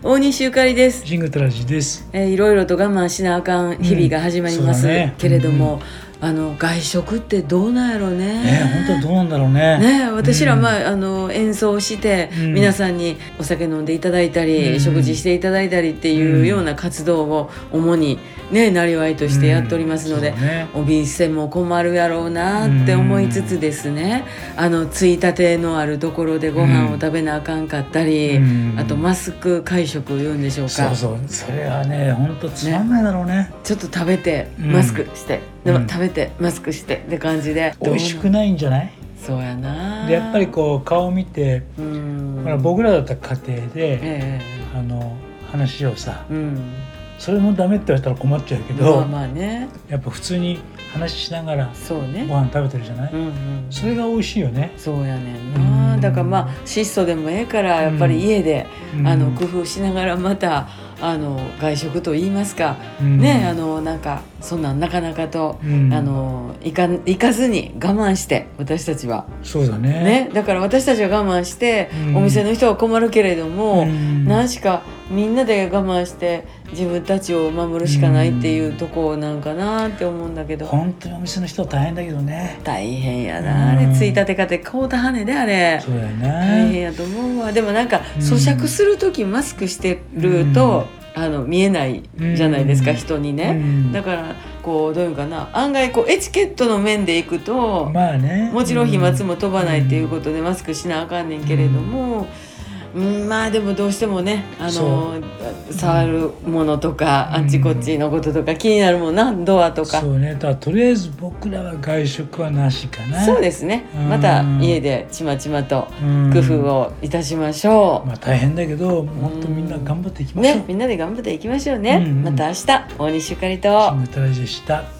大西ゆかりです。 ジングトラジです。 いろいろと我慢しなあかん日々が始まります、けれども、外食ってどうなんやろうね。 本当どうなんだろうね。 私ら、演奏して、皆さんにお酒飲んでいただいたり、食事していただいたりっていうような活動を主にねなりわいとしてやっておりますので、お店も困るやろうなって思いつつですね、ついたてのあるところでご飯を食べなあかんかったり、あとマスク会食言うんでしょうか。 そうそれはね本当つまんないだろうね。 ちょっと食べてマスクして、でも食べてマスクしてって感じで美味しくないんじゃない？ そうやな。 でやっぱりこう顔見て、僕らだったら家庭で、話をさ、それもダメって言われたら困っちゃうけど、やっぱ普通に話しながらご飯食べてるじゃない、それが美味しいよね。 そうやねんな。だから質素でもええからやっぱり家で、工夫しながらまた外食と言いますか、なんかそんなんなかなかと、行かずに我慢して私たちはそうだね。 だから私たちは我慢して、お店の人は困るけれども、何しかみんなで我慢して自分たちを守るしかないっていうとこなんかなって思うんだけど、 本当にお店の人は大変だけどね。 大変やな、あれついたてかて買うたはねであれ。 そうやな、 大変やと思うわ。でもなんか咀嚼する時マスクしてると、見えないじゃないですか、人にね。だからこうどういうかな、案外こうエチケットの面でいくと、もちろん飛沫も飛ばないっていうことでマスクしなあかんねんけれども、でもどうしてもね触るものとか、あっちこっちのこととか気になるもんな、ドアとか。 そうね。だからとりあえず僕らは外食はなしかな。 そうですね。また家でちまちまと工夫をいたしましょう。 大変だけど本当みんな頑張っていきましょう。 みんなで頑張っていきましょうね。また明日大西ゆかりとシングトラジでした。